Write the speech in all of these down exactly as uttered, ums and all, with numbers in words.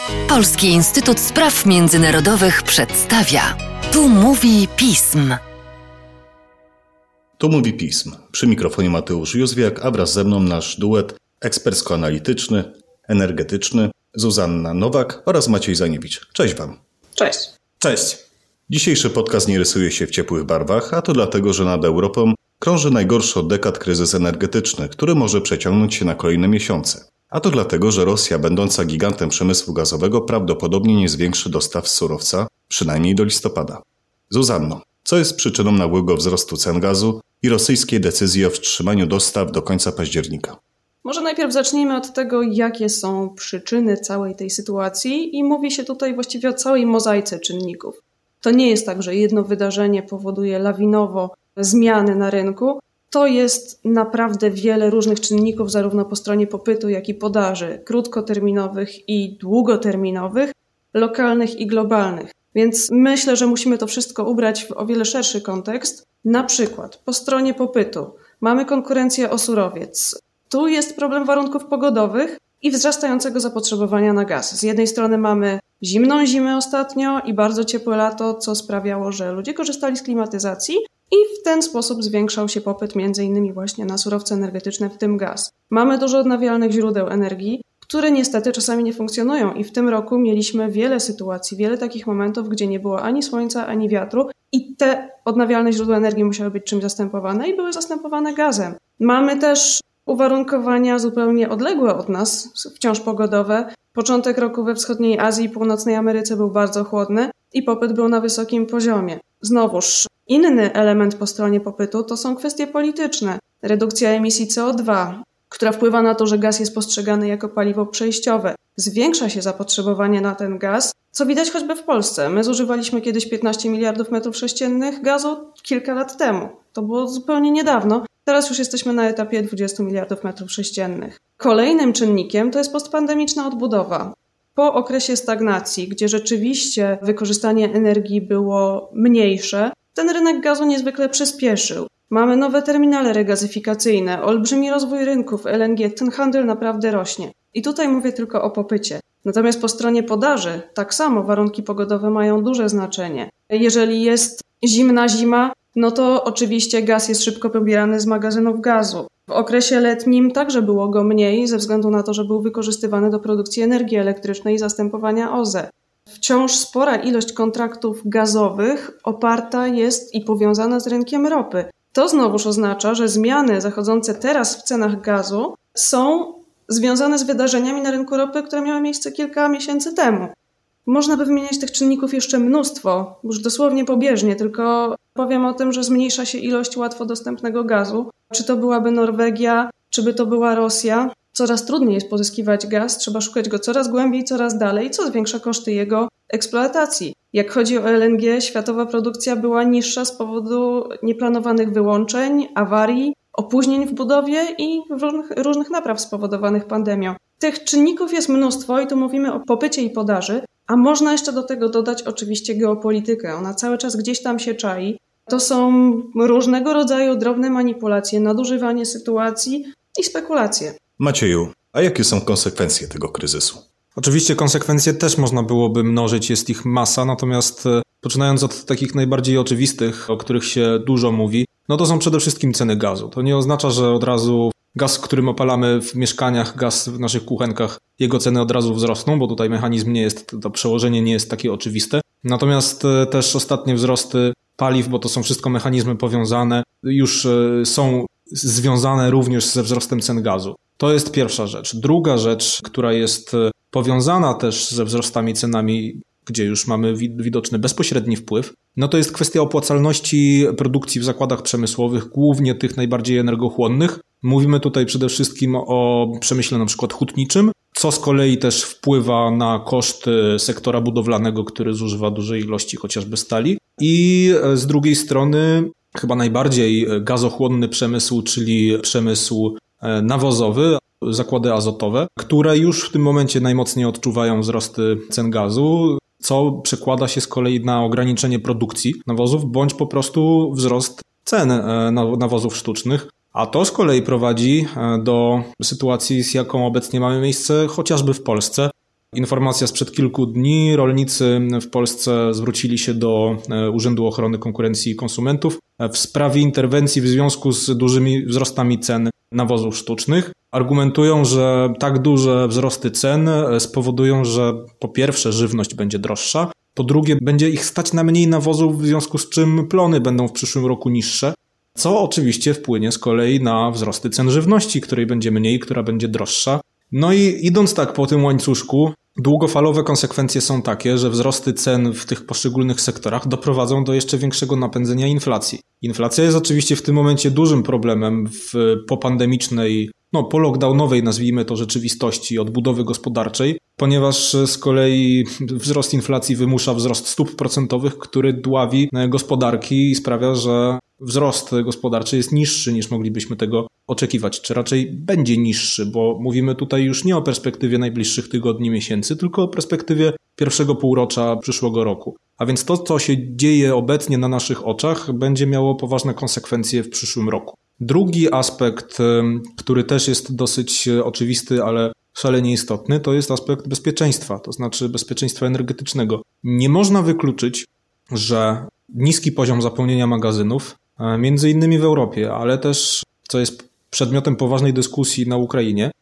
Polski Instytut Spraw Międzynarodowych przedstawia. Tu mówi pism. Tu mówi pism. Przy mikrofonie Mateusz Józwiak, a wraz ze mną nasz duet ekspercko-analityczny, energetyczny, Zuzanna Nowak oraz Maciej Zaniewicz. Cześć Wam. Cześć. Cześć. Dzisiejszy podcast nie rysuje się w ciepłych barwach, a to dlatego, że nad Europą krąży najgorszy od dekad kryzys energetyczny, który może przeciągnąć się na kolejne miesiące. A to dlatego, że Rosja, będąca gigantem przemysłu gazowego, prawdopodobnie nie zwiększy dostaw surowca, przynajmniej do listopada. Zuzanno, co jest przyczyną nagłego wzrostu cen gazu i rosyjskiej decyzji o wstrzymaniu dostaw do końca października? Może najpierw zacznijmy od tego, jakie są przyczyny całej tej sytuacji i mówi się tutaj właściwie o całej mozaice czynników. To nie jest tak, że jedno wydarzenie powoduje lawinowo zmiany na rynku. To jest naprawdę wiele różnych czynników, zarówno po stronie popytu, jak i podaży, krótkoterminowych i długoterminowych, lokalnych i globalnych. Więc myślę, że musimy to wszystko ubrać w o wiele szerszy kontekst. Na przykład po stronie popytu mamy konkurencję o surowiec. Tu jest problem warunków pogodowych i wzrastającego zapotrzebowania na gaz. Z jednej strony mamy zimną zimę ostatnio i bardzo ciepłe lato, co sprawiało, że ludzie korzystali z klimatyzacji i w ten sposób zwiększał się popyt między innymi właśnie na surowce energetyczne, w tym gaz. Mamy dużo odnawialnych źródeł energii, które niestety czasami nie funkcjonują i w tym roku mieliśmy wiele sytuacji, wiele takich momentów, gdzie nie było ani słońca, ani wiatru i te odnawialne źródła energii musiały być czymś zastępowane i były zastępowane gazem. Mamy też uwarunkowania zupełnie odległe od nas, wciąż pogodowe. Początek roku we wschodniej Azji i północnej Ameryce był bardzo chłodny i popyt był na wysokim poziomie. Znowuż inny element po stronie popytu to są kwestie polityczne. Redukcja emisji C O dwa, która wpływa na to, że gaz jest postrzegany jako paliwo przejściowe. Zwiększa się zapotrzebowanie na ten gaz, co widać choćby w Polsce. My zużywaliśmy kiedyś piętnaście miliardów metrów sześciennych gazu kilka lat temu. To było zupełnie niedawno. Teraz już jesteśmy na etapie dwudziestu miliardów metrów sześciennych. Kolejnym czynnikiem to jest postpandemiczna odbudowa. Po okresie stagnacji, gdzie rzeczywiście wykorzystanie energii było mniejsze, ten rynek gazu niezwykle przyspieszył. Mamy nowe terminale regazyfikacyjne, olbrzymi rozwój rynków L N G, ten handel naprawdę rośnie. I tutaj mówię tylko o popycie. Natomiast po stronie podaży tak samo warunki pogodowe mają duże znaczenie. Jeżeli jest zimna zima, no to oczywiście gaz jest szybko pobierany z magazynów gazu. W okresie letnim także było go mniej ze względu na to, że był wykorzystywany do produkcji energii elektrycznej i zastępowania O Z E. Wciąż spora ilość kontraktów gazowych oparta jest i powiązana z rynkiem ropy. To znowuż oznacza, że zmiany zachodzące teraz w cenach gazu są związane z wydarzeniami na rynku ropy, które miały miejsce kilka miesięcy temu. Można by wymieniać tych czynników jeszcze mnóstwo, już dosłownie pobieżnie, tylko powiem o tym, że zmniejsza się ilość łatwo dostępnego gazu. Czy to byłaby Norwegia, czy by to była Rosja. Coraz trudniej jest pozyskiwać gaz, trzeba szukać go coraz głębiej, coraz dalej, co zwiększa koszty jego eksploatacji. Jak chodzi o L N G, światowa produkcja była niższa z powodu nieplanowanych wyłączeń, awarii, opóźnień w budowie i różnych, różnych napraw spowodowanych pandemią. Tych czynników jest mnóstwo i tu mówimy o popycie i podaży, a można jeszcze do tego dodać oczywiście geopolitykę. Ona cały czas gdzieś tam się czai. To są różnego rodzaju drobne manipulacje, nadużywanie sytuacji i spekulacje. Macieju, a jakie są konsekwencje tego kryzysu? Oczywiście konsekwencje też można byłoby mnożyć, jest ich masa, natomiast poczynając od takich najbardziej oczywistych, o których się dużo mówi, no to są przede wszystkim ceny gazu. To nie oznacza, że od razu gaz, którym opalamy w mieszkaniach, gaz w naszych kuchenkach, jego ceny od razu wzrosną, bo tutaj mechanizm nie jest, to przełożenie nie jest takie oczywiste. Natomiast też ostatnie wzrosty paliw, bo to są wszystko mechanizmy powiązane, już są związane również ze wzrostem cen gazu. To jest pierwsza rzecz. Druga rzecz, która jest powiązana też ze wzrostami cenami, gdzie już mamy widoczny bezpośredni wpływ, no to jest kwestia opłacalności produkcji w zakładach przemysłowych, głównie tych najbardziej energochłonnych. Mówimy tutaj przede wszystkim o przemyśle na przykład hutniczym, co z kolei też wpływa na koszty sektora budowlanego, który zużywa duże ilości chociażby stali. I z drugiej strony chyba najbardziej gazochłonny przemysł, czyli przemysł nawozowy, zakłady azotowe, które już w tym momencie najmocniej odczuwają wzrosty cen gazu, co przekłada się z kolei na ograniczenie produkcji nawozów, bądź po prostu wzrost cen nawozów sztucznych. A to z kolei prowadzi do sytuacji, z jaką obecnie mamy miejsce chociażby w Polsce, informacja sprzed kilku dni. Rolnicy w Polsce zwrócili się do Urzędu Ochrony Konkurencji i Konsumentów w sprawie interwencji w związku z dużymi wzrostami cen nawozów sztucznych. Argumentują, że tak duże wzrosty cen spowodują, że po pierwsze żywność będzie droższa, po drugie będzie ich stać na mniej nawozów, w związku z czym plony będą w przyszłym roku niższe, co oczywiście wpłynie z kolei na wzrosty cen żywności, której będzie mniej, która będzie droższa. No i idąc tak po tym łańcuszku, długofalowe konsekwencje są takie, że wzrosty cen w tych poszczególnych sektorach doprowadzą do jeszcze większego napędzenia inflacji. Inflacja jest oczywiście w tym momencie dużym problemem w popandemicznej, no po lockdownowej, nazwijmy to, rzeczywistości odbudowy gospodarczej, ponieważ z kolei wzrost inflacji wymusza wzrost stóp procentowych, który dławi gospodarki i sprawia, że wzrost gospodarczy jest niższy niż moglibyśmy tego oczekiwać, czy raczej będzie niższy, bo mówimy tutaj już nie o perspektywie najbliższych tygodni, miesięcy, tylko o perspektywie pierwszego półrocza przyszłego roku. A więc to, co się dzieje obecnie na naszych oczach, będzie miało poważne konsekwencje w przyszłym roku. Drugi aspekt, który też jest dosyć oczywisty, ale szalenie istotny, to jest aspekt bezpieczeństwa, to znaczy bezpieczeństwa energetycznego. Nie można wykluczyć, że niski poziom zapełnienia magazynów, między innymi w Europie, ale też, co jest przedmiotem poważnej dyskusji na Ukrainie,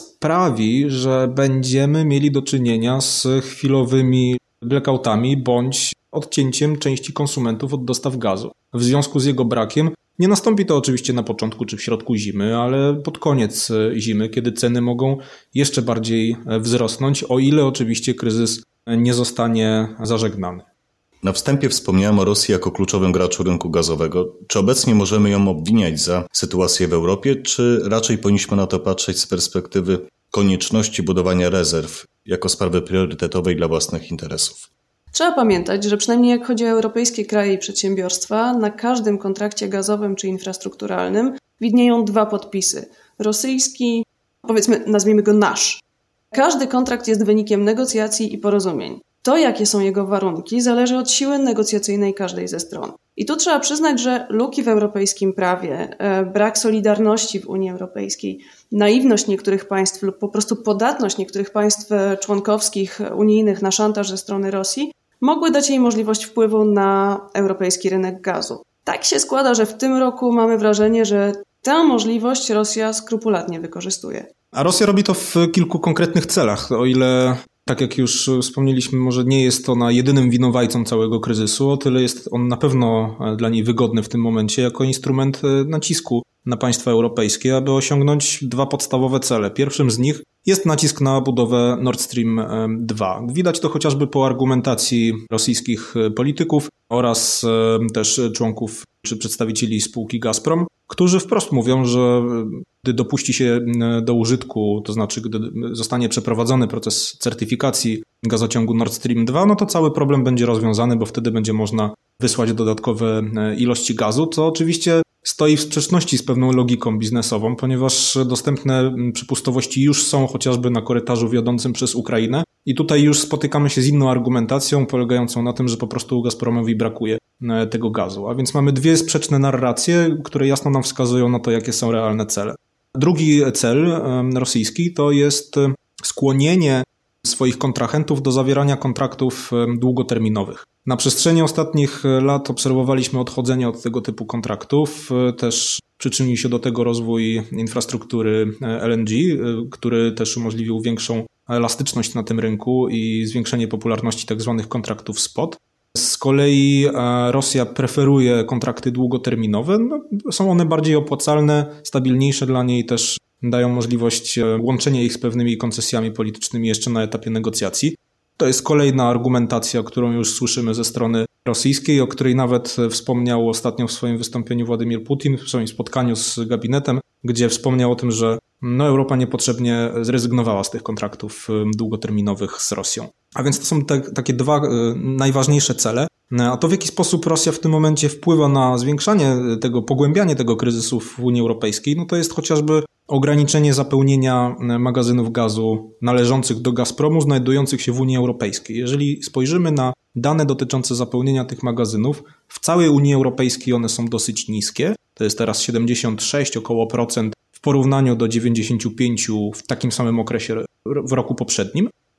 sprawi, że będziemy mieli do czynienia z chwilowymi blackoutami bądź odcięciem części konsumentów od dostaw gazu. W związku z jego brakiem nie nastąpi to oczywiście na początku czy w środku zimy, ale pod koniec zimy, kiedy ceny mogą jeszcze bardziej wzrosnąć, o ile oczywiście kryzys nie zostanie zażegnany. Na wstępie wspomniałem o Rosji jako kluczowym graczu rynku gazowego. Czy obecnie możemy ją obwiniać za sytuację w Europie, czy raczej powinniśmy na to patrzeć z perspektywy konieczności budowania rezerw jako sprawy priorytetowej dla własnych interesów? Trzeba pamiętać, że przynajmniej jak chodzi o europejskie kraje i przedsiębiorstwa, na każdym kontrakcie gazowym czy infrastrukturalnym widnieją dwa podpisy. Rosyjski, powiedzmy, nazwijmy go nasz. Każdy kontrakt jest wynikiem negocjacji i porozumień. To, jakie są jego warunki, zależy od siły negocjacyjnej każdej ze stron. I tu trzeba przyznać, że luki w europejskim prawie, brak solidarności w Unii Europejskiej, naiwność niektórych państw lub po prostu podatność niektórych państw członkowskich unijnych na szantaż ze strony Rosji mogły dać jej możliwość wpływu na europejski rynek gazu. Tak się składa, że w tym roku mamy wrażenie, że tę możliwość Rosja skrupulatnie wykorzystuje. A Rosja robi to w kilku konkretnych celach, o ile... Tak jak już wspomnieliśmy, może nie jest ona jedynym winowajcą całego kryzysu, o tyle jest on na pewno dla niej wygodny w tym momencie jako instrument nacisku na państwa europejskie, aby osiągnąć dwa podstawowe cele. Pierwszym z nich jest nacisk na budowę Nord Stream dwa. Widać to chociażby po argumentacji rosyjskich polityków oraz też członków czy przedstawicieli spółki Gazprom, którzy wprost mówią, że gdy dopuści się do użytku, to znaczy gdy zostanie przeprowadzony proces certyfikacji gazociągu Nord Stream dwa, no to cały problem będzie rozwiązany, bo wtedy będzie można wysłać dodatkowe ilości gazu, co oczywiście stoi w sprzeczności z pewną logiką biznesową, ponieważ dostępne przepustowości już są chociażby na korytarzu wiodącym przez Ukrainę i tutaj już spotykamy się z inną argumentacją polegającą na tym, że po prostu Gazpromowi brakuje tego gazu. A więc mamy dwie sprzeczne narracje, które jasno nam wskazują na to, jakie są realne cele. Drugi cel rosyjski to jest skłonienie swoich kontrahentów do zawierania kontraktów długoterminowych. Na przestrzeni ostatnich lat obserwowaliśmy odchodzenie od tego typu kontraktów. Też przyczynił się do tego rozwój infrastruktury L N G, który też umożliwił większą elastyczność na tym rynku i zwiększenie popularności tzw. kontraktów spot. Z kolei Rosja preferuje kontrakty długoterminowe. No, są one bardziej opłacalne, stabilniejsze dla niej, też dają możliwość łączenia ich z pewnymi koncesjami politycznymi jeszcze na etapie negocjacji. To jest kolejna argumentacja, którą już słyszymy ze strony rosyjskiej, o której nawet wspomniał ostatnio w swoim wystąpieniu Władimir Putin, w swoim spotkaniu z gabinetem, gdzie wspomniał o tym, że no, Europa niepotrzebnie zrezygnowała z tych kontraktów długoterminowych z Rosją. A więc to są te, takie dwa najważniejsze cele. A to, w jaki sposób Rosja w tym momencie wpływa na zwiększanie tego, pogłębianie tego kryzysu w Unii Europejskiej, no to jest chociażby ograniczenie zapełnienia magazynów gazu należących do Gazpromu, znajdujących się w Unii Europejskiej. Jeżeli spojrzymy na dane dotyczące zapełnienia tych magazynów, w całej Unii Europejskiej one są dosyć niskie. To jest teraz siedemdziesiąt sześć około procent w porównaniu do dziewięćdziesiąt pięć w takim samym okresie w roku poprzednim.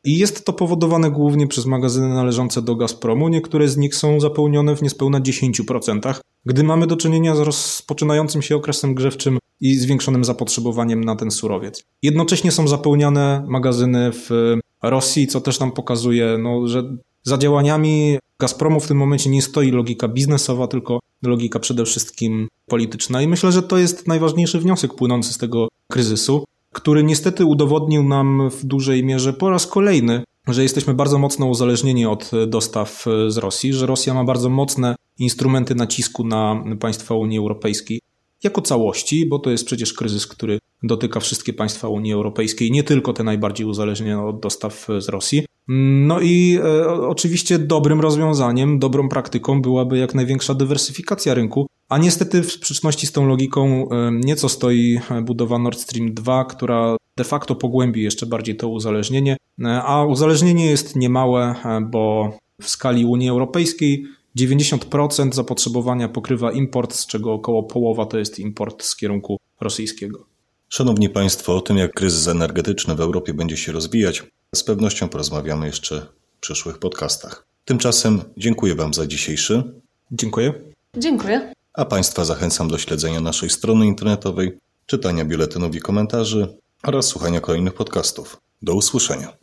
I jest to powodowane głównie przez magazyny należące do Gazpromu. Niektóre z nich są zapełnione w niespełna dziesięć procent, gdy mamy do czynienia z rozpoczynającym się okresem grzewczym i zwiększonym zapotrzebowaniem na ten surowiec. Jednocześnie są zapełniane magazyny w Rosji, co też nam pokazuje, no, że za działaniami Gazpromu w tym momencie nie stoi logika biznesowa, tylko logika przede wszystkim polityczna. I myślę, że to jest najważniejszy wniosek płynący z tego kryzysu, który niestety udowodnił nam w dużej mierze po raz kolejny, że jesteśmy bardzo mocno uzależnieni od dostaw z Rosji, że Rosja ma bardzo mocne instrumenty nacisku na państwa Unii Europejskiej jako całości, bo to jest przecież kryzys, który dotyka wszystkie państwa Unii Europejskiej, nie tylko te najbardziej uzależnione od dostaw z Rosji. No i e, oczywiście dobrym rozwiązaniem, dobrą praktyką byłaby jak największa dywersyfikacja rynku, a niestety w sprzeczności z tą logiką e, nieco stoi budowa Nord Stream dwa, która de facto pogłębi jeszcze bardziej to uzależnienie, e, a uzależnienie jest niemałe, e, bo w skali Unii Europejskiej dziewięćdziesiąt procent zapotrzebowania pokrywa import, z czego około połowa to jest import z kierunku rosyjskiego. Szanowni Państwo, o tym jak kryzys energetyczny w Europie będzie się rozwijać, z pewnością porozmawiamy jeszcze w przyszłych podcastach. Tymczasem dziękuję Wam za dzisiejszy. Dziękuję. Dziękuję. A Państwa zachęcam do śledzenia naszej strony internetowej, czytania biuletynów i komentarzy oraz słuchania kolejnych podcastów. Do usłyszenia.